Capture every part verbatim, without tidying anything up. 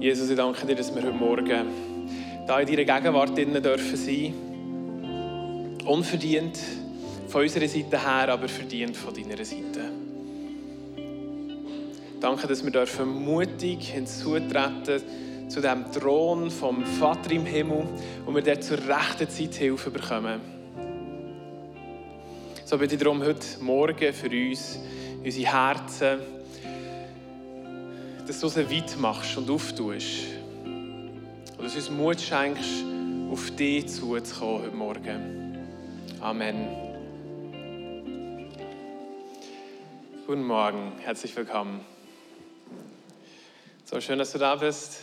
Jesus, ich danke dir, dass wir heute Morgen da in deiner Gegenwart drinnen dürfen sein. Unverdient von unserer Seite her, aber verdient von deiner Seite. Danke, dass wir dürfen mutig hinzutreten zu dem Thron vom Vater im Himmel und wir dort zur rechten Zeit Hilfe bekommen. So bitte ich darum heute Morgen für uns, unsere Herzen, dass du sie weit machst und auftust. Und dass du uns Mut schenkst, auf dich zuzukommen heute Morgen. Amen. Guten Morgen, herzlich willkommen. So schön, dass du da bist.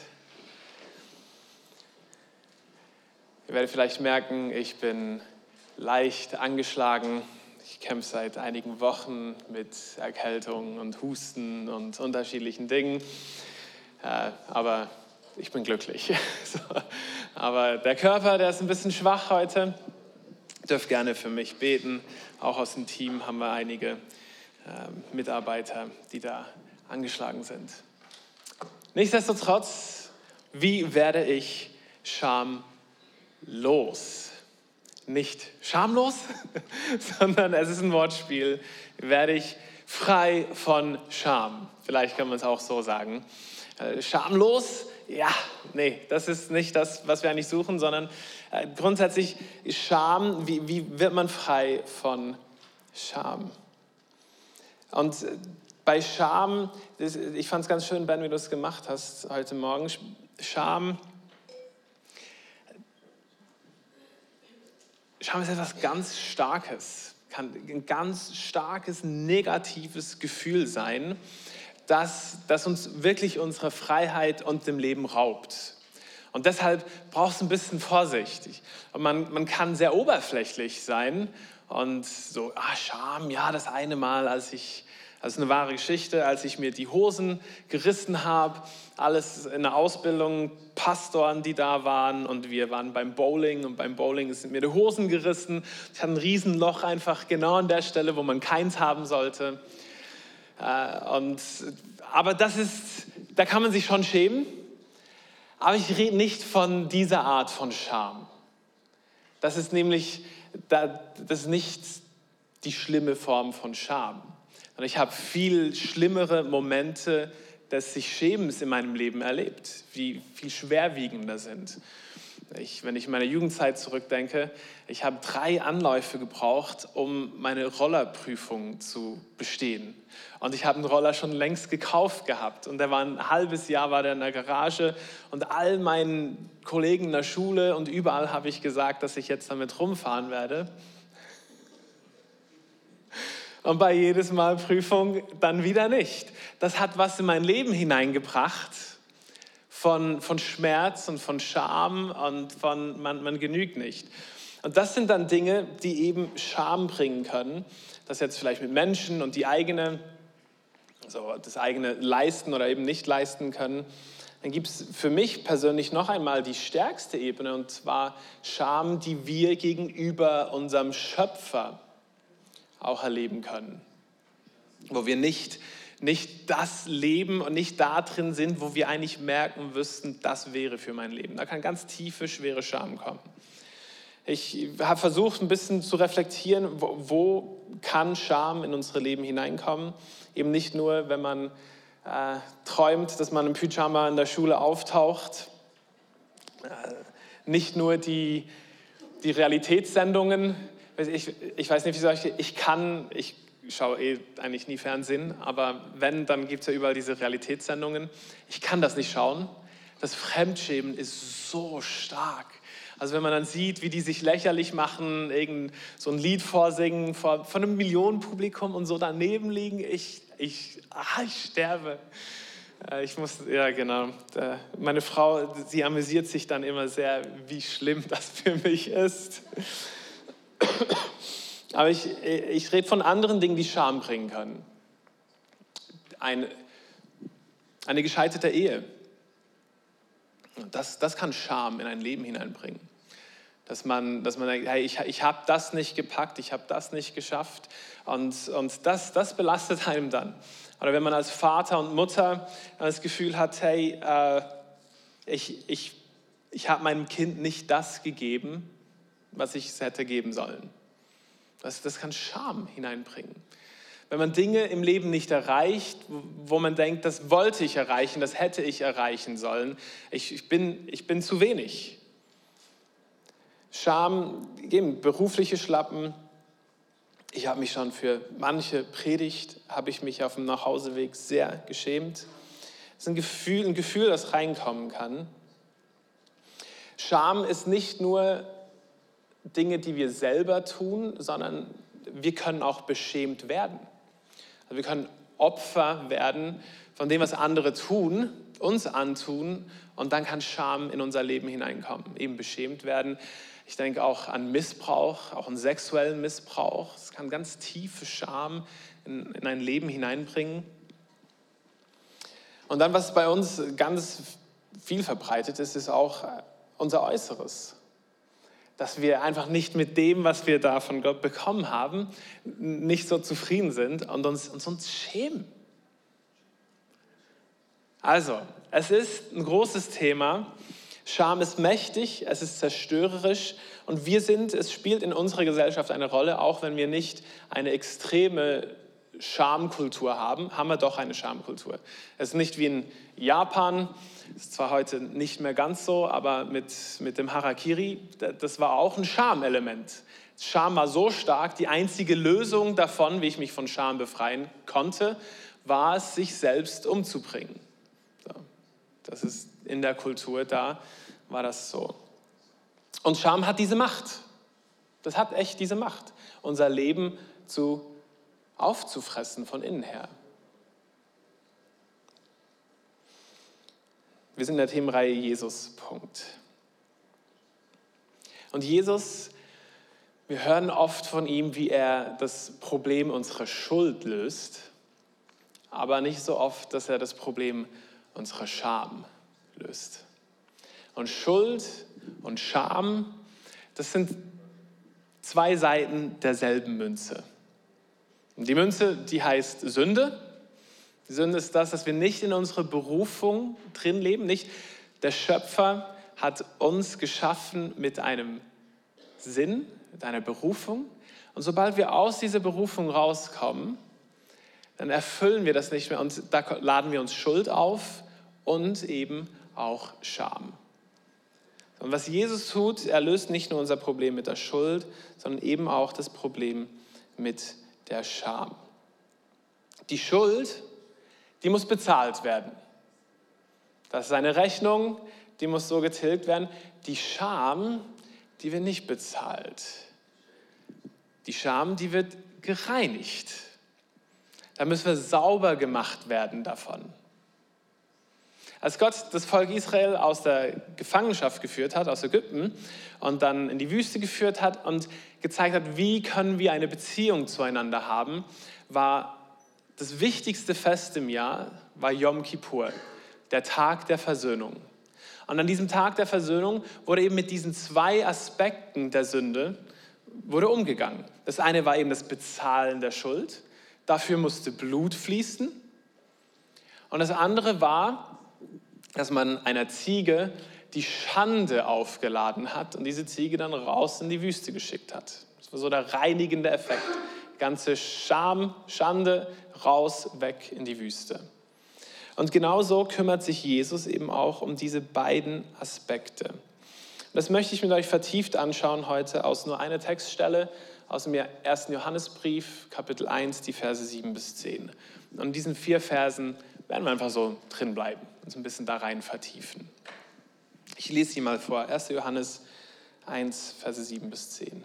Ihr werdet vielleicht merken, ich bin leicht angeschlagen. Ich kämpfe seit einigen Wochen mit Erkältung und Husten und unterschiedlichen Dingen. Äh, aber ich bin glücklich. So. Aber der Körper, der ist ein bisschen schwach heute. Ihr dürft gerne für mich beten. Auch aus dem Team haben wir einige äh, Mitarbeiter, die da angeschlagen sind. Nichtsdestotrotz, wie werde ich schamlos? Nicht schamlos, sondern es ist ein Wortspiel, werde ich frei von Scham. Vielleicht kann man es auch so sagen. Äh, schamlos, ja, nee, das ist nicht das, was wir eigentlich suchen, sondern äh, grundsätzlich Scham, wie, wie wird man frei von Scham? Und äh, bei Scham, das, ich fand es ganz schön, Ben, wie du es gemacht hast heute Morgen, Scham, Scham ist etwas ganz Starkes, kann ein ganz starkes negatives Gefühl sein, das, das uns wirklich unsere Freiheit und dem Leben raubt. Und deshalb braucht es ein bisschen Vorsicht. Und man, man kann sehr oberflächlich sein und so, ah, Scham, ja, das eine Mal, als ich, das ist eine wahre Geschichte, als ich mir die Hosen gerissen habe, alles in der Ausbildung, Pastoren, die da waren und wir waren beim Bowling und beim Bowling sind mir die Hosen gerissen. Ich hatte ein Riesenloch einfach genau an der Stelle, wo man keins haben sollte. Und, aber das ist, da kann man sich schon schämen, aber ich rede nicht von dieser Art von Scham. Das ist nämlich, das ist nicht die schlimme Form von Scham. Und ich habe viel schlimmere Momente des sich Schämens in meinem Leben erlebt, die viel schwerwiegender sind. Ich, wenn ich in meine Jugendzeit zurückdenke, ich habe drei Anläufe gebraucht, um meine Rollerprüfung zu bestehen. Und ich habe einen Roller schon längst gekauft gehabt. Und der war ein halbes Jahr war der in der Garage. Und all meinen Kollegen in der Schule und überall habe ich gesagt, dass ich jetzt damit rumfahren werde. Und bei jedes Mal Prüfung dann wieder nicht. Das hat was in mein Leben hineingebracht von, von Schmerz und von Scham und von man, man genügt nicht. Und das sind dann Dinge, die eben Scham bringen können. Das jetzt vielleicht mit Menschen und die eigene, also das eigene leisten oder eben nicht leisten können. Dann gibt es für mich persönlich noch einmal die stärkste Ebene, und zwar Scham, die wir gegenüber unserem Schöpfer auch erleben können. Wo wir nicht, nicht das leben und nicht da drin sind, wo wir eigentlich merken wüssten, das wäre für mein Leben. Da kann ganz tiefe, schwere Scham kommen. Ich habe versucht, ein bisschen zu reflektieren, wo, wo kann Scham in unsere Leben hineinkommen. Eben nicht nur, wenn man äh, träumt, dass man im Pyjama in der Schule auftaucht. Äh, nicht nur die, die Realitätssendungen. Ich, ich weiß nicht, wie soll ich, ich kann, ich schaue eh eigentlich nie Fernsehen, aber wenn, dann gibt es ja überall diese Realitätssendungen. Ich kann das nicht schauen. Das Fremdschämen ist so stark. Also wenn man dann sieht, wie die sich lächerlich machen, irgend so ein Lied vorsingen vor, vor einem Millionenpublikum und so daneben liegen, ich, ich, ah, ich sterbe. Ich muss, ja genau, meine Frau, sie amüsiert sich dann immer sehr, wie schlimm das für mich ist. Aber ich, ich rede von anderen Dingen, die Scham bringen können. Eine, eine gescheiterte Ehe. Das, das kann Scham in ein Leben hineinbringen. Dass man, dass man denkt, hey, ich, ich habe das nicht gepackt, ich habe das nicht geschafft. Und, und das, das belastet einem dann. Oder wenn man als Vater und Mutter das Gefühl hat, hey, äh, ich, ich, ich habe meinem Kind nicht das gegeben, was ich es hätte geben sollen. Das, das kann Scham hineinbringen. Wenn man Dinge im Leben nicht erreicht, wo man denkt, das wollte ich erreichen, das hätte ich erreichen sollen, ich, ich, bin, ich bin zu wenig. Scham, eben berufliche Schlappen. Ich habe mich schon für manche Predigt, habe ich mich auf dem Nachhauseweg sehr geschämt. Es ist ein Gefühl, ein Gefühl, das reinkommen kann. Scham ist nicht nur Dinge, die wir selber tun, sondern wir können auch beschämt werden. Also wir können Opfer werden von dem, was andere tun, uns antun, und dann kann Scham in unser Leben hineinkommen, eben beschämt werden. Ich denke auch an Missbrauch, auch an sexuellen Missbrauch. Es kann ganz tiefe Scham in, in ein Leben hineinbringen. Und dann, was bei uns ganz viel verbreitet ist, ist auch unser Äußeres. Dass wir einfach nicht mit dem, was wir da von Gott bekommen haben, nicht so zufrieden sind und uns, uns, uns schämen. Also, es ist ein großes Thema. Scham ist mächtig, es ist zerstörerisch und wir sind, es spielt in unserer Gesellschaft eine Rolle, auch wenn wir nicht eine extreme Schamkultur haben, haben wir doch eine Schamkultur. Es ist nicht wie in Japan, ist zwar heute nicht mehr ganz so, aber mit, mit dem Harakiri, das war auch ein Schamelement. Scham war so stark, die einzige Lösung davon, wie ich mich von Scham befreien konnte, war es, sich selbst umzubringen. So, das ist in der Kultur, da war das so. Und Scham hat diese Macht. Das hat echt diese Macht, unser Leben zu aufzufressen von innen her. Wir sind in der Themenreihe Jesus, Punkt. Und Jesus, wir hören oft von ihm, wie er das Problem unserer Schuld löst, aber nicht so oft, dass er das Problem unserer Scham löst. Und Schuld und Scham, das sind zwei Seiten derselben Münze. Die Münze, die heißt Sünde. Die Sünde ist das, dass wir nicht in unserer Berufung drin leben. Nicht der Schöpfer hat uns geschaffen mit einem Sinn, mit einer Berufung. Und sobald wir aus dieser Berufung rauskommen, dann erfüllen wir das nicht mehr. Und da laden wir uns Schuld auf und eben auch Scham. Und was Jesus tut, er löst nicht nur unser Problem mit der Schuld, sondern eben auch das Problem mit der Scham. Die Schuld, die muss bezahlt werden. Das ist eine Rechnung, die muss so getilgt werden. Die Scham, die wird nicht bezahlt. Die Scham, die wird gereinigt. Da müssen wir sauber gemacht werden davon. Als Gott das Volk Israel aus der Gefangenschaft geführt hat, aus Ägypten, und dann in die Wüste geführt hat und gezeigt hat, wie können wir eine Beziehung zueinander haben, war das wichtigste Fest im Jahr, war Yom Kippur, der Tag der Versöhnung. Und an diesem Tag der Versöhnung wurde eben mit diesen zwei Aspekten der Sünde wurde umgegangen. Das eine war eben das Bezahlen der Schuld, dafür musste Blut fließen. Und das andere war, dass man einer Ziege die Schande aufgeladen hat und diese Ziege dann raus in die Wüste geschickt hat. Das war so der reinigende Effekt. Ganze Scham, Schande, raus, weg in die Wüste. Und genauso kümmert sich Jesus eben auch um diese beiden Aspekte. Und das möchte ich mit euch vertieft anschauen heute aus nur einer Textstelle, aus dem ersten Johannesbrief, Kapitel eins, die Verse sieben bis zehn. Und in diesen vier Versen werden wir einfach so drin bleiben, uns ein bisschen da rein vertiefen. Ich lese sie mal vor, erster Johannes eins, Verse sieben bis zehn.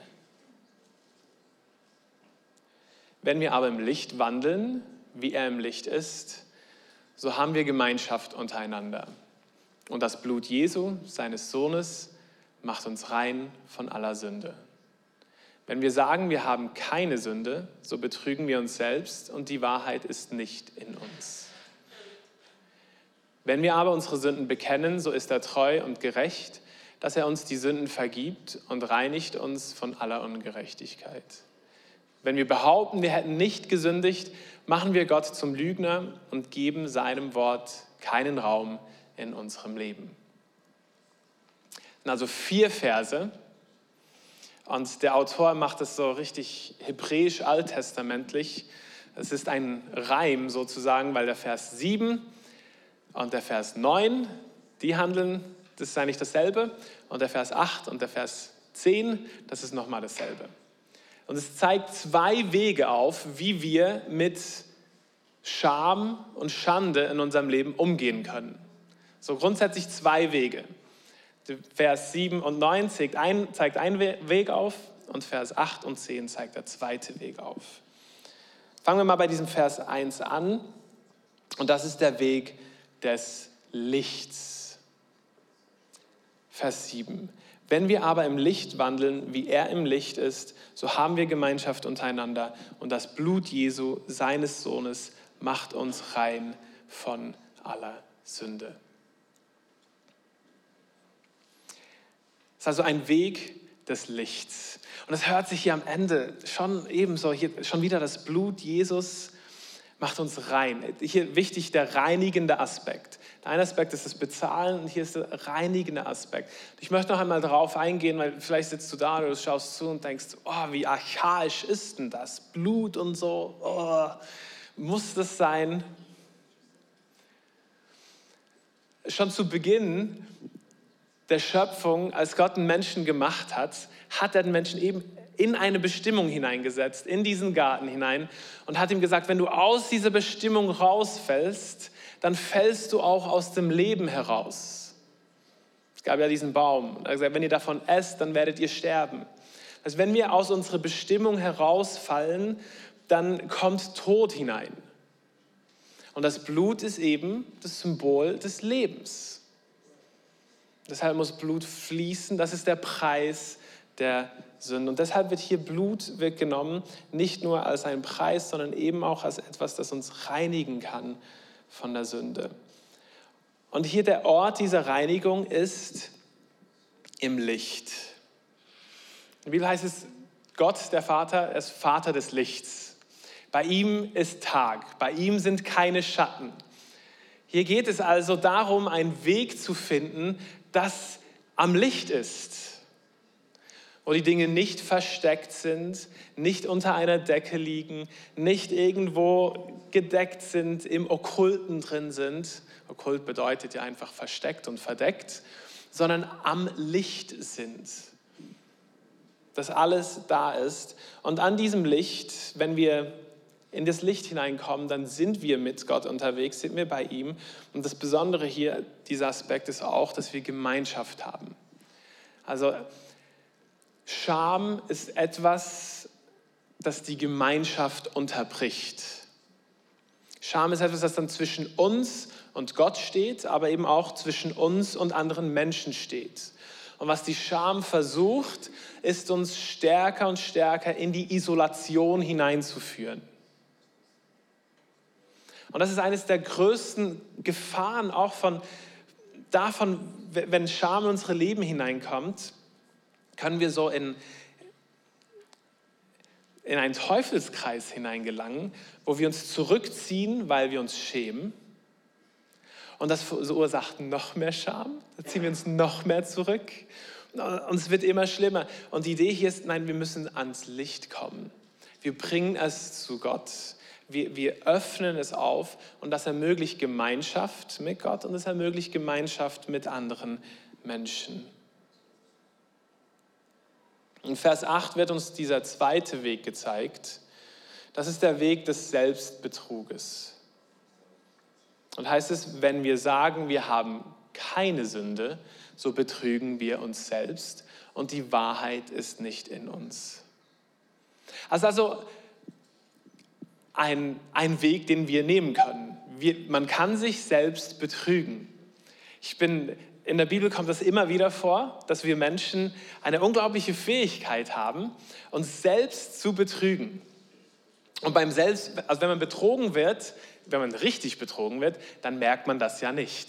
Wenn wir aber im Licht wandeln, wie er im Licht ist, so haben wir Gemeinschaft untereinander. Und das Blut Jesu, seines Sohnes, macht uns rein von aller Sünde. Wenn wir sagen, wir haben keine Sünde, so betrügen wir uns selbst und die Wahrheit ist nicht in uns. Wenn wir aber unsere Sünden bekennen, so ist er treu und gerecht, dass er uns die Sünden vergibt und reinigt uns von aller Ungerechtigkeit. Wenn wir behaupten, wir hätten nicht gesündigt, machen wir Gott zum Lügner und geben seinem Wort keinen Raum in unserem Leben. Also vier Verse. Und der Autor macht es so richtig hebräisch alttestamentlich. Es ist ein Reim sozusagen, weil der Vers sieben und der Vers neun, die handeln, das ist eigentlich dasselbe. Und der Vers acht und der Vers zehn, das ist nochmal dasselbe. Und es zeigt zwei Wege auf, wie wir mit Scham und Schande in unserem Leben umgehen können. So grundsätzlich zwei Wege. Vers sieben und neun zeigt, ein, zeigt einen Weg auf und Vers acht und zehn zeigt der zweite Weg auf. Fangen wir mal bei diesem Vers eins an. Und das ist der Weg des Lichts. Vers sieben. Wenn wir aber im Licht wandeln, wie er im Licht ist, so haben wir Gemeinschaft untereinander und das Blut Jesu, seines Sohnes, macht uns rein von aller Sünde. Es ist also ein Weg des Lichts. Und es hört sich hier am Ende schon ebenso, hier schon wieder das Blut Jesus macht uns rein. Hier wichtig der reinigende Aspekt. Der eine Aspekt ist das Bezahlen und hier ist der reinigende Aspekt. Ich möchte noch einmal darauf eingehen, weil vielleicht sitzt du da oder du schaust zu und denkst, oh, wie archaisch ist denn das? Blut und so, oh, muss das sein? Schon zu Beginn der Schöpfung, als Gott einen Menschen gemacht hat, hat er den Menschen eben in eine Bestimmung hineingesetzt, in diesen Garten hinein und hat ihm gesagt, wenn du aus dieser Bestimmung rausfällst, dann fällst du auch aus dem Leben heraus. Es gab ja diesen Baum. Er hat gesagt, wenn ihr davon esst, dann werdet ihr sterben. Also wenn wir aus unserer Bestimmung herausfallen, dann kommt Tod hinein. Und das Blut ist eben das Symbol des Lebens. Deshalb muss Blut fließen, das ist der Preis der Sünde. Und deshalb wird hier Blut wird genommen, nicht nur als ein Preis, sondern eben auch als etwas, das uns reinigen kann von der Sünde. Und hier der Ort dieser Reinigung ist im Licht. In der Bibel heißt es, Gott, der Vater, ist Vater des Lichts. Bei ihm ist Tag, bei ihm sind keine Schatten. Hier geht es also darum, einen Weg zu finden, das am Licht ist, wo die Dinge nicht versteckt sind, nicht unter einer Decke liegen, nicht irgendwo gedeckt sind, im Okkulten drin sind. Okkult bedeutet ja einfach versteckt und verdeckt, sondern am Licht sind. Dass alles da ist. Und an diesem Licht, wenn wir in das Licht hineinkommen, dann sind wir mit Gott unterwegs, sind wir bei ihm. Und das Besondere hier, dieser Aspekt ist auch, dass wir Gemeinschaft haben. Also Scham ist etwas, das die Gemeinschaft unterbricht. Scham ist etwas, das dann zwischen uns und Gott steht, aber eben auch zwischen uns und anderen Menschen steht. Und was die Scham versucht, ist uns stärker und stärker in die Isolation hineinzuführen. Und das ist eines der größten Gefahren auch von, davon, wenn Scham in unsere Leben hineinkommt, können wir so in, in einen Teufelskreis hineingelangen, wo wir uns zurückziehen, weil wir uns schämen. Und das verursacht noch mehr Scham. Da ziehen wir uns noch mehr zurück. Und es wird immer schlimmer. Und die Idee hier ist, nein, wir müssen ans Licht kommen. Wir bringen es zu Gott. Wir, wir öffnen es auf und das ermöglicht Gemeinschaft mit Gott und das ermöglicht Gemeinschaft mit anderen Menschen. In Vers acht wird uns dieser zweite Weg gezeigt. Das ist der Weg des Selbstbetruges. Und heißt es, wenn wir sagen, wir haben keine Sünde, so betrügen wir uns selbst und die Wahrheit ist nicht in uns. Also, also ein, ein Weg, den wir nehmen können. Wir, man kann sich selbst betrügen. Ich bin... In der Bibel kommt das immer wieder vor, dass wir Menschen eine unglaubliche Fähigkeit haben, uns selbst zu betrügen. Und beim Selbst, also wenn man betrogen wird, wenn man richtig betrogen wird, dann merkt man das ja nicht.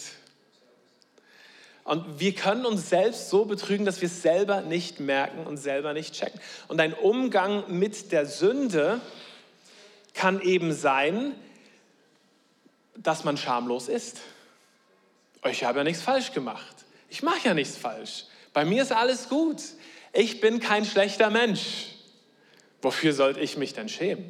Und wir können uns selbst so betrügen, dass wir es selber nicht merken und selber nicht checken. Und ein Umgang mit der Sünde kann eben sein, dass man schamlos ist. Ich habe ja nichts falsch gemacht. Ich mache ja nichts falsch. Bei mir ist alles gut. Ich bin kein schlechter Mensch. Wofür sollte ich mich denn schämen?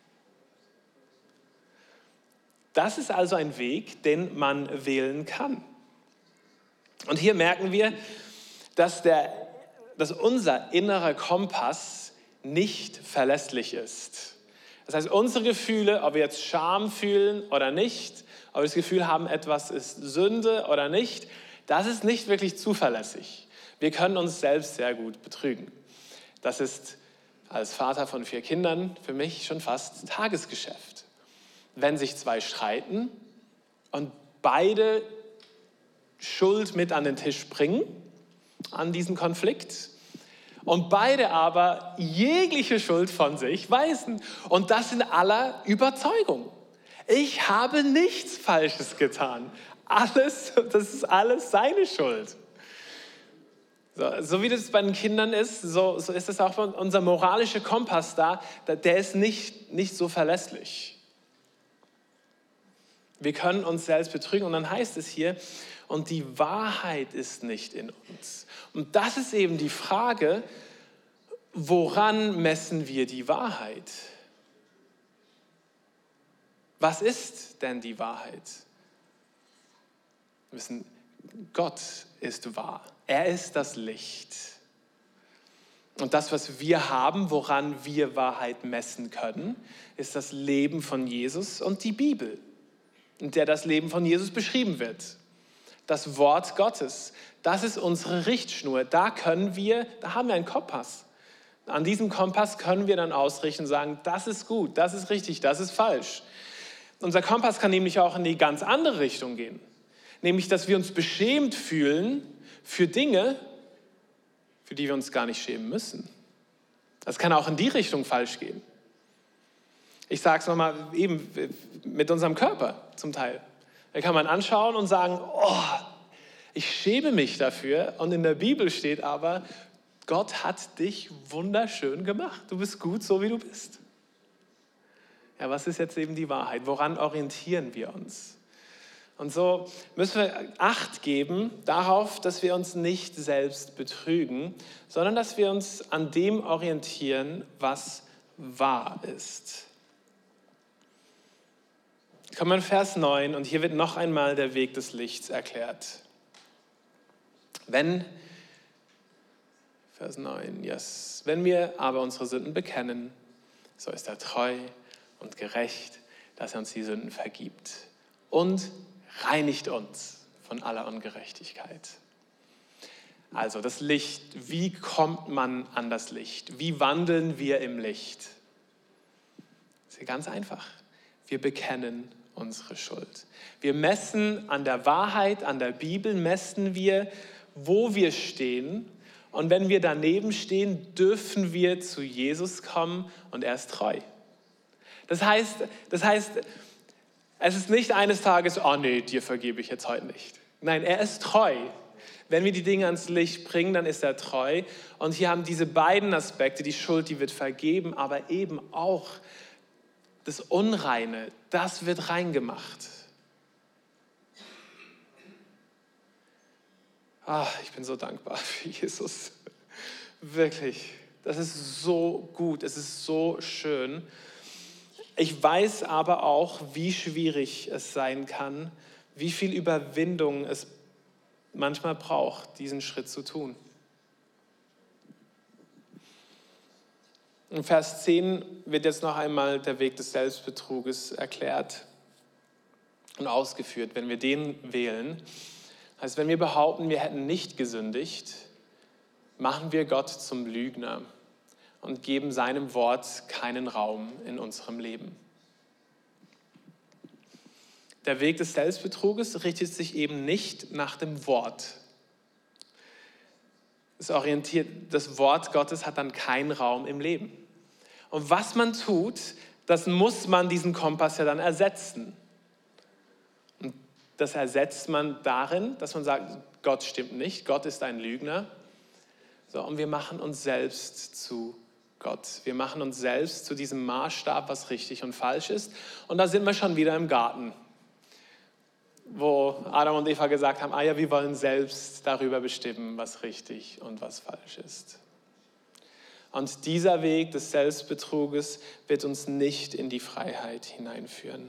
Das ist also ein Weg, den man wählen kann. Und hier merken wir, dass, der, dass unser innerer Kompass nicht verlässlich ist. Das heißt, unsere Gefühle, ob wir jetzt Scham fühlen oder nicht, ob wir das Gefühl haben, etwas ist Sünde oder nicht, das ist nicht wirklich zuverlässig. Wir können uns selbst sehr gut betrügen. Das ist als Vater von vier Kindern für mich schon fast Tagesgeschäft. Wenn sich zwei streiten und beide Schuld mit an den Tisch bringen, an diesen Konflikt, und beide aber jegliche Schuld von sich weisen. Und das in aller Überzeugung. Ich habe nichts Falsches getan. Alles, das ist alles seine Schuld. So, so wie das bei den Kindern ist, so, so ist es auch unser moralischer Kompass da, der ist nicht, nicht so verlässlich. Wir können uns selbst betrügen und dann heißt es hier, und die Wahrheit ist nicht in uns. Und das ist eben die Frage, woran messen wir die Wahrheit? Was ist denn die Wahrheit? Wir wissen, Gott ist wahr. Er ist das Licht. Und das, was wir haben, woran wir Wahrheit messen können, ist das Leben von Jesus und die Bibel, in der das Leben von Jesus beschrieben wird. Das Wort Gottes, das ist unsere Richtschnur. Da können wir, da haben wir einen Kompass. An diesem Kompass können wir dann ausrichten und sagen, das ist gut, das ist richtig, das ist falsch. Unser Kompass kann nämlich auch in die ganz andere Richtung gehen. Nämlich, dass wir uns beschämt fühlen für Dinge, für die wir uns gar nicht schämen müssen. Das kann auch in die Richtung falsch gehen. Ich sage es nochmal eben mit unserem Körper zum Teil. Da kann man anschauen und sagen, oh, ich schäme mich dafür. Und in der Bibel steht aber, Gott hat dich wunderschön gemacht. Du bist gut, so wie du bist. Ja, was ist jetzt eben die Wahrheit? Woran orientieren wir uns? Und so müssen wir Acht geben darauf, dass wir uns nicht selbst betrügen, sondern dass wir uns an dem orientieren, was wahr ist. Kommen wir in Vers neun und hier wird noch einmal der Weg des Lichts erklärt. Wenn, Vers neun, yes, wenn wir aber unsere Sünden bekennen, so ist er treu und gerecht, dass er uns die Sünden vergibt und reinigt uns von aller Ungerechtigkeit. Also das Licht, wie kommt man an das Licht? Wie wandeln wir im Licht? Das ist ja ganz einfach. Wir bekennen unsere Schuld. Wir messen an der Wahrheit, an der Bibel, messen wir, wo wir stehen. Und wenn wir daneben stehen, dürfen wir zu Jesus kommen und er ist treu. Das heißt, das heißt, es ist nicht eines Tages, oh nee, dir vergebe ich jetzt heute nicht. Nein, er ist treu. Wenn wir die Dinge ans Licht bringen, dann ist er treu. Und hier haben diese beiden Aspekte, die Schuld, die wird vergeben, aber eben auch das Unreine, das wird reingemacht. Ah, ich bin so dankbar für Jesus. Wirklich, das ist so gut, es ist so schön. Ich weiß aber auch, wie schwierig es sein kann, wie viel Überwindung es manchmal braucht, diesen Schritt zu tun. In Vers zehn wird jetzt noch einmal der Weg des Selbstbetruges erklärt und ausgeführt. Wenn wir den wählen, heißt, wenn wir behaupten, wir hätten nicht gesündigt, machen wir Gott zum Lügner und geben seinem Wort keinen Raum in unserem Leben. Der Weg des Selbstbetruges richtet sich eben nicht nach dem Wort. Es orientiert, das Wort Gottes hat dann keinen Raum im Leben. Und was man tut, das muss man diesen Kompass ja dann ersetzen. Und das ersetzt man darin, dass man sagt, Gott stimmt nicht, Gott ist ein Lügner. So, und wir machen uns selbst zu Gott. Wir machen uns selbst zu diesem Maßstab, was richtig und falsch ist. Und da sind wir schon wieder im Garten. wo Adam und Eva gesagt haben, ah ja, wir wollen selbst darüber bestimmen, was richtig und was falsch ist. Und dieser Weg des Selbstbetruges wird uns nicht in die Freiheit hineinführen.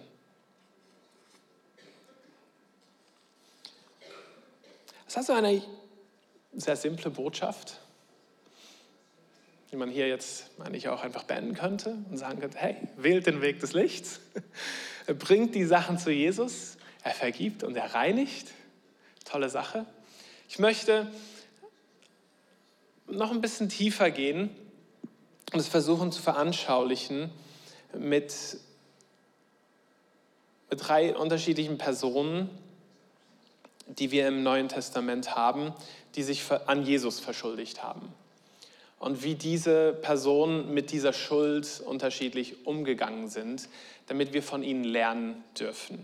Das ist also eine sehr simple Botschaft, die man hier jetzt eigentlich auch einfach beenden könnte und sagen könnte, hey, wählt den Weg des Lichts, bringt die Sachen zu Jesus, er vergibt und er reinigt. Tolle Sache. Ich möchte noch ein bisschen tiefer gehen und es versuchen zu veranschaulichen mit, mit drei unterschiedlichen Personen, die wir im Neuen Testament haben, die sich an Jesus verschuldigt haben. Und wie diese Personen mit dieser Schuld unterschiedlich umgegangen sind, damit wir von ihnen lernen dürfen.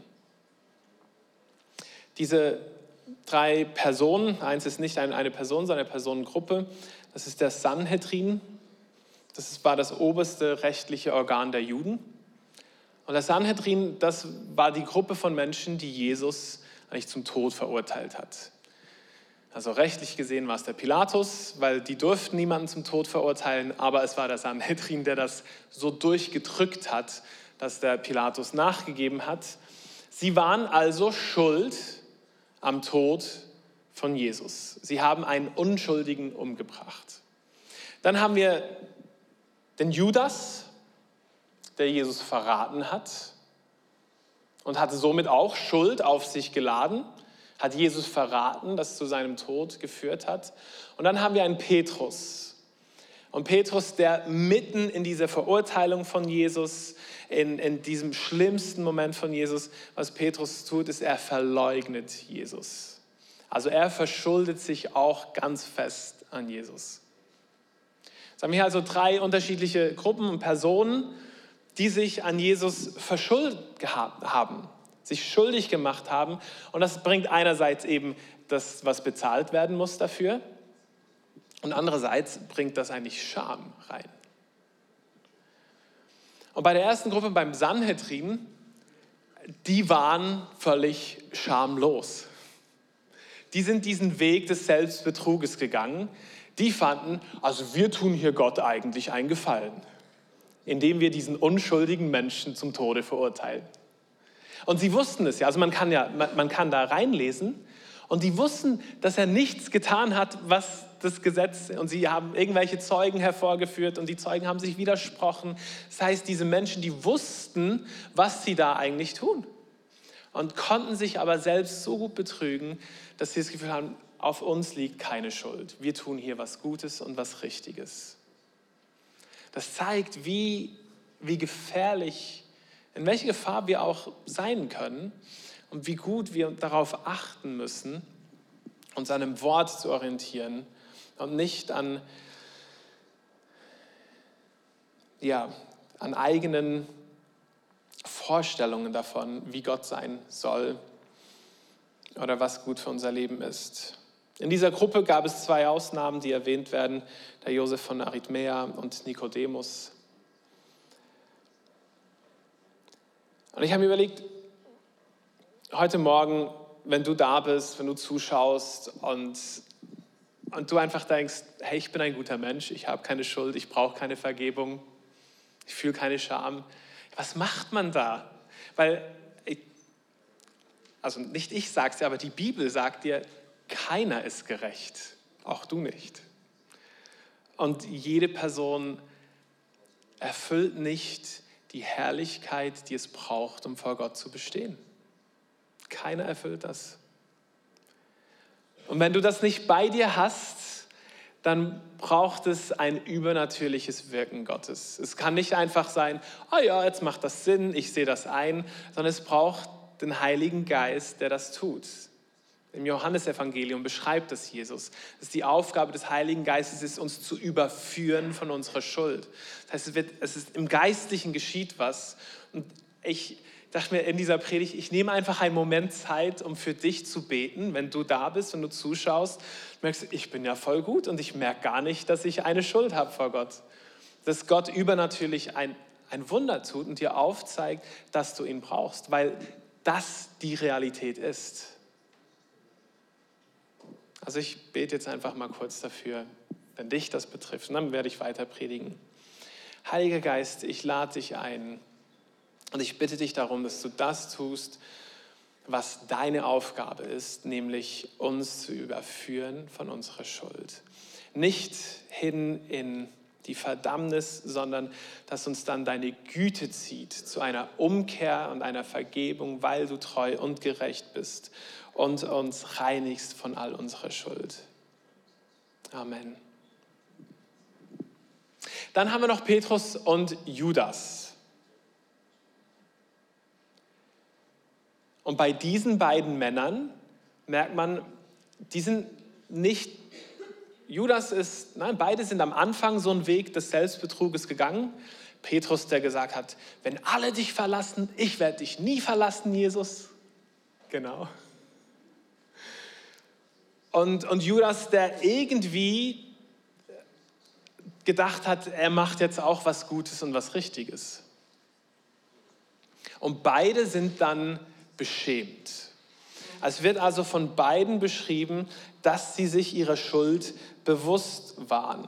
Diese drei Personen, eins ist nicht eine Person, sondern eine Personengruppe, das ist der Sanhedrin, das war das oberste rechtliche Organ der Juden. Und der Sanhedrin, das war die Gruppe von Menschen, die Jesus eigentlich zum Tod verurteilt hat. Also rechtlich gesehen war es der Pilatus, weil die durften niemanden zum Tod verurteilen, aber es war der Sanhedrin, der das so durchgedrückt hat, dass der Pilatus nachgegeben hat. Sie waren also schuld am Tod von Jesus. Sie haben einen Unschuldigen umgebracht. Dann haben wir den Judas, der Jesus verraten hat und hatte somit auch Schuld auf sich geladen, hat Jesus verraten, das zu seinem Tod geführt hat. Und dann haben wir einen Petrus. Und Petrus, der mitten in dieser Verurteilung von Jesus, in, in diesem schlimmsten Moment von Jesus, was Petrus tut, ist, er verleugnet Jesus. Also er verschuldet sich auch ganz fest an Jesus. Jetzt haben wir hier also drei unterschiedliche Gruppen und Personen, die sich an Jesus verschuldet haben, sich schuldig gemacht haben. Und das bringt einerseits eben das, was bezahlt werden muss dafür. Und andererseits bringt das eigentlich Scham rein. Und bei der ersten Gruppe, beim Sanhedrin, die waren völlig schamlos. Die sind diesen Weg des Selbstbetruges gegangen. Die fanden, also wir tun hier Gott eigentlich einen Gefallen, indem wir diesen unschuldigen Menschen zum Tode verurteilen. Und sie wussten es ja, also man kann ja, man, man kann da reinlesen und die wussten, dass er nichts getan hat, was das Gesetz, und sie haben irgendwelche Zeugen hervorgeführt und die Zeugen haben sich widersprochen. Das heißt, diese Menschen, die wussten, was sie da eigentlich tun und konnten sich aber selbst so gut betrügen, dass sie das Gefühl haben, auf uns liegt keine Schuld. Wir tun hier was Gutes und was Richtiges. Das zeigt, wie, wie gefährlich, in welche Gefahr wir auch sein können und wie gut wir darauf achten müssen, uns an einem Wort zu orientieren und nicht an, ja, an eigenen Vorstellungen davon, wie Gott sein soll oder was gut für unser Leben ist. In dieser Gruppe gab es zwei Ausnahmen, die erwähnt werden, der Josef von Arimathäa und Nikodemus. Und ich habe mir überlegt, heute Morgen, wenn du da bist, wenn du zuschaust und, und du einfach denkst, hey, ich bin ein guter Mensch, ich habe keine Schuld, ich brauche keine Vergebung, ich fühle keine Scham. Was macht man da? Weil, ich, also nicht ich sag's dir, aber die Bibel sagt dir, keiner ist gerecht, auch du nicht. Und jede Person erfüllt nicht die Herrlichkeit, die es braucht, um vor Gott zu bestehen. Keiner erfüllt das. Und wenn du das nicht bei dir hast, dann braucht es ein übernatürliches Wirken Gottes. Es kann nicht einfach sein, oh ja, jetzt macht das Sinn, ich sehe das ein, sondern es braucht den Heiligen Geist, der das tut. Im Johannesevangelium beschreibt das Jesus. Das ist die Aufgabe des Heiligen Geistes, ist, uns zu überführen von unserer Schuld. Das heißt, es, wird, es ist, im Geistlichen geschieht was. Und ich dachte mir in dieser Predigt, ich nehme einfach einen Moment Zeit, um für dich zu beten, wenn du da bist, wenn du zuschaust. Du merkst, ich bin ja voll gut und ich merke gar nicht, dass ich eine Schuld habe vor Gott. Dass Gott übernatürlich ein, ein Wunder tut und dir aufzeigt, dass du ihn brauchst. Weil das die Realität ist. Also ich bete jetzt einfach mal kurz dafür, wenn dich das betrifft, und dann werde ich weiter predigen. Heiliger Geist, ich lade dich ein und ich bitte dich darum, dass du das tust, was deine Aufgabe ist, nämlich uns zu überführen von unserer Schuld. Nicht hin in die Verdammnis, sondern dass uns dann deine Güte zieht zu einer Umkehr und einer Vergebung, weil du treu und gerecht bist und uns reinigst von all unserer Schuld. Amen. Dann haben wir noch Petrus und Judas. Und bei diesen beiden Männern merkt man, die sind nicht, Judas ist, nein, beide sind am Anfang so einen Weg des Selbstbetruges gegangen. Petrus, der gesagt hat, wenn alle dich verlassen, ich werde dich nie verlassen, Jesus. Genau. Und, und Judas, der irgendwie gedacht hat, er macht jetzt auch was Gutes und was Richtiges. Und beide sind dann beschämt. Es wird also von beiden beschrieben, dass sie sich ihrer Schuld bewusst waren.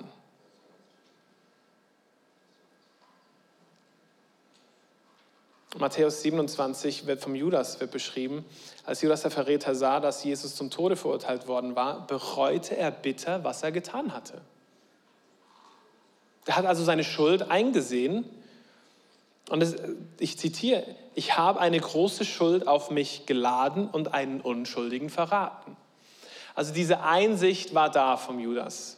Matthäus siebenundzwanzig wird vom Judas wird beschrieben. Als Judas der Verräter sah, dass Jesus zum Tode verurteilt worden war, bereute er bitter, was er getan hatte. Er hat also seine Schuld eingesehen. Und es, ich zitiere, ich habe eine große Schuld auf mich geladen und einen Unschuldigen verraten. Also diese Einsicht war da vom Judas.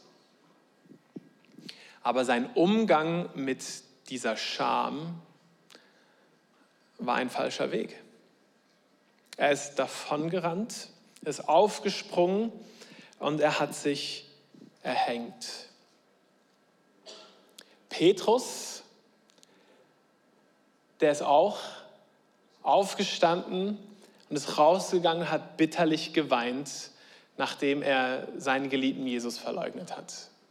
Aber sein Umgang mit dieser Scham war ein falscher Weg. Er ist davongerannt, ist aufgesprungen und er hat sich erhängt. Petrus, der ist auch aufgestanden und ist rausgegangen, hat bitterlich geweint, nachdem er seinen geliebten Jesus verleugnet hat.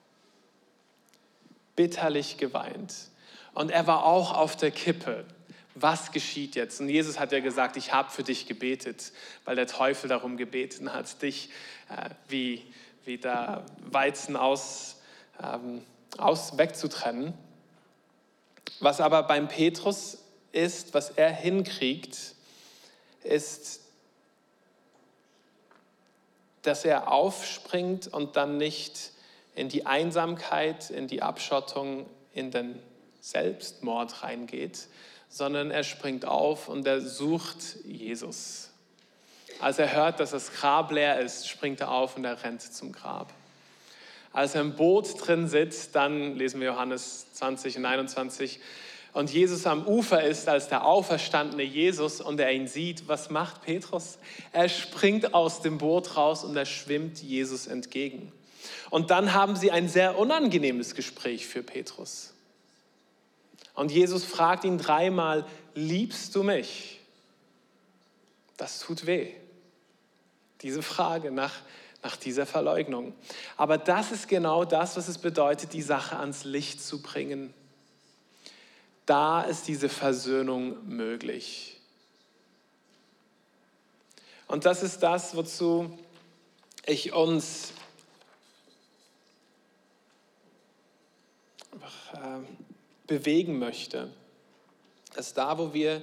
Bitterlich geweint. Und er war auch auf der Kippe. Was geschieht jetzt? Und Jesus hat ja gesagt, ich habe für dich gebetet, weil der Teufel darum gebeten hat, dich äh, wie, wie der Weizen aus, ähm, aus wegzutrennen. Was aber beim Petrus ist, was er hinkriegt, ist, dass er aufspringt und dann nicht in die Einsamkeit, in die Abschottung, in den Selbstmord reingeht, sondern er springt auf und er sucht Jesus. Als er hört, dass das Grab leer ist, springt er auf und er rennt zum Grab. Als er im Boot drin sitzt, dann lesen wir Johannes zwanzig und einundzwanzig, und Jesus am Ufer ist als der auferstandene Jesus und er ihn sieht, was macht Petrus? Er springt aus dem Boot raus und er schwimmt Jesus entgegen. Und dann haben sie ein sehr unangenehmes Gespräch für Petrus. Und Jesus fragt ihn dreimal, liebst du mich? Das tut weh. Diese Frage nach, nach dieser Verleugnung. Aber das ist genau das, was es bedeutet, die Sache ans Licht zu bringen. Da ist diese Versöhnung möglich. Und das ist das, wozu ich uns einfach, äh, bewegen möchte. Dass da, wo wir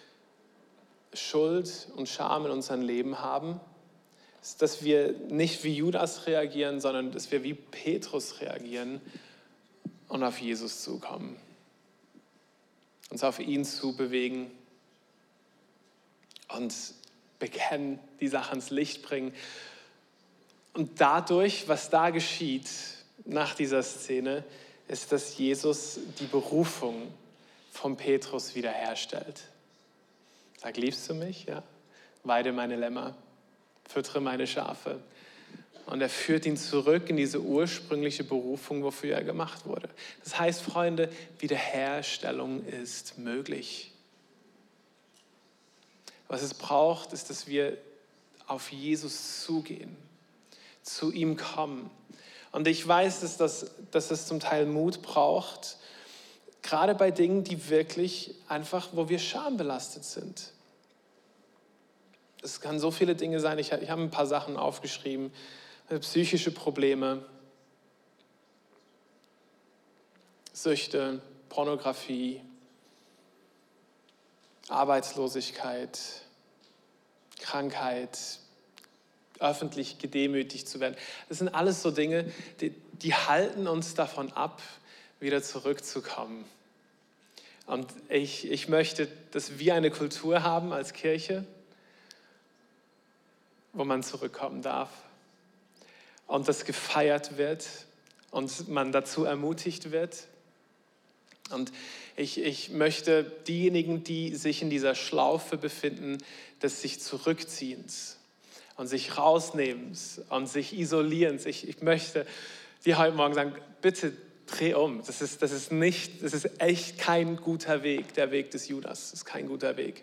Schuld und Scham in unserem Leben haben, ist, dass wir nicht wie Judas reagieren, sondern dass wir wie Petrus reagieren und auf Jesus zukommen. Uns auf ihn zu bewegen und bekennen, die Sache ans Licht bringen. Und dadurch, was da geschieht nach dieser Szene, ist, dass Jesus die Berufung von Petrus wiederherstellt. Sag, liebst du mich? Ja. Weide meine Lämmer, füttere meine Schafe. Und er führt ihn zurück in diese ursprüngliche Berufung, wofür er gemacht wurde. Das heißt, Freunde, Wiederherstellung ist möglich. Was es braucht, ist, dass wir auf Jesus zugehen, zu ihm kommen. Und ich weiß, dass, das, dass es zum Teil Mut braucht, gerade bei Dingen, die wirklich einfach, wo wir schambelastet sind. Es kann so viele Dinge sein. Ich, ich habe ein paar Sachen aufgeschrieben. Psychische Probleme, Süchte, Pornografie, Arbeitslosigkeit, Krankheit, öffentlich gedemütigt zu werden. Das sind alles so Dinge, die, die halten uns davon ab, wieder zurückzukommen. Und ich, ich möchte, dass wir eine Kultur haben als Kirche, wo man zurückkommen darf und das gefeiert wird und man dazu ermutigt wird. Und ich, ich möchte diejenigen, die sich in dieser Schlaufe befinden, des sich Zurückziehens und sich Rausnehmens und sich Isolierens, ich, ich möchte dir heute Morgen sagen, bitte dreh um. Das ist, das ist nicht, das ist echt kein guter Weg, der Weg des Judas. Das ist kein guter Weg.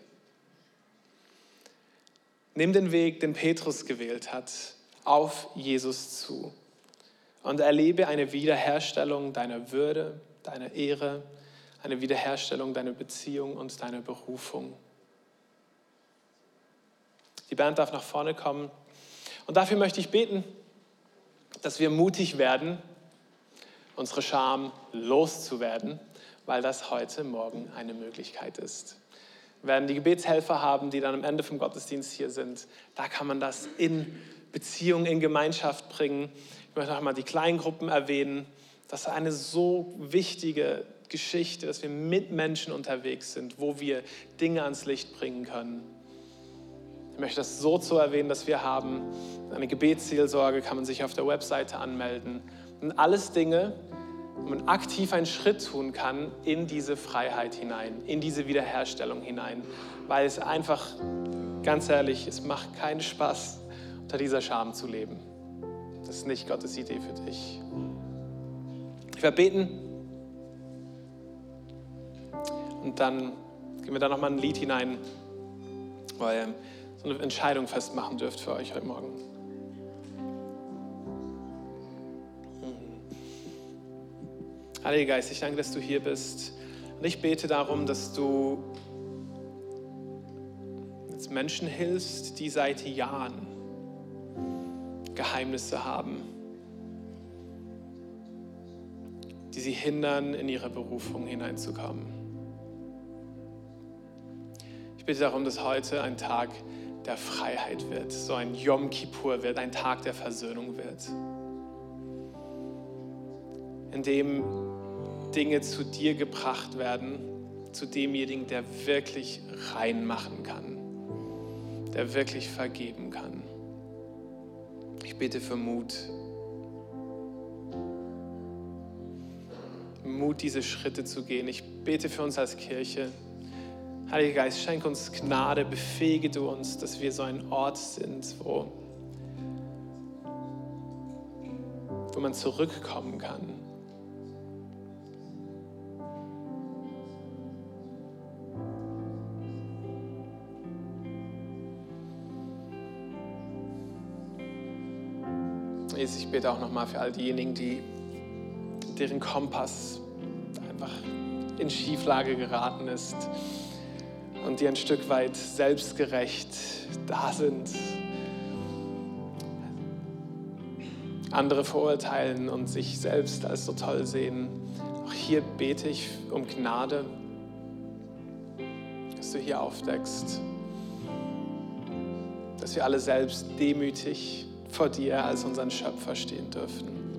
Nimm den Weg, den Petrus gewählt hat, auf Jesus zu und erlebe eine Wiederherstellung deiner Würde, deiner Ehre, eine Wiederherstellung deiner Beziehung und deiner Berufung. Die Band darf nach vorne kommen und dafür möchte ich beten, dass wir mutig werden, unsere Scham loszuwerden, weil das heute Morgen eine Möglichkeit ist. Wir werden die Gebetshelfer haben, die dann am Ende vom Gottesdienst hier sind. Da kann man das in Beziehung, in Gemeinschaft bringen. Ich möchte noch mal die Kleingruppen erwähnen. Das ist eine so wichtige Geschichte, dass wir mit Menschen unterwegs sind, wo wir Dinge ans Licht bringen können. Ich möchte das so zu erwähnen, dass wir haben eine Gebetsseelsorge, kann man sich auf der Webseite anmelden. Und alles Dinge, wo man aktiv einen Schritt tun kann in diese Freiheit hinein, in diese Wiederherstellung hinein. Weil es einfach, ganz ehrlich, es macht keinen Spaß, unter dieser Scham zu leben. Das ist nicht Gottes Idee für dich. Ich werde beten und dann gehen wir da nochmal ein Lied hinein, wo ihr so eine Entscheidung festmachen dürft für euch heute Morgen. Heiliger Geist, ich danke, dass du hier bist. Und ich bete darum, dass du jetzt Menschen hilfst, die seit Jahren Geheimnisse haben, die sie hindern, in ihre Berufung hineinzukommen. Ich bitte darum, dass heute ein Tag der Freiheit wird, so ein Yom Kippur wird, ein Tag der Versöhnung wird, in dem Dinge zu dir gebracht werden, zu demjenigen, der wirklich rein machen kann, der wirklich vergeben kann. Ich bete für Mut. Mut, diese Schritte zu gehen. Ich bete für uns als Kirche. Heiliger Geist, schenk uns Gnade, befähige du uns, dass wir so ein Ort sind, wo, wo man zurückkommen kann. Jesus, ich bete auch nochmal für all diejenigen, die, deren Kompass einfach in Schieflage geraten ist und die ein Stück weit selbstgerecht da sind. Andere verurteilen und sich selbst als so toll sehen. Auch hier bete ich um Gnade, dass du hier aufdeckst, dass wir alle selbst demütig vor dir als unseren Schöpfer stehen dürfen.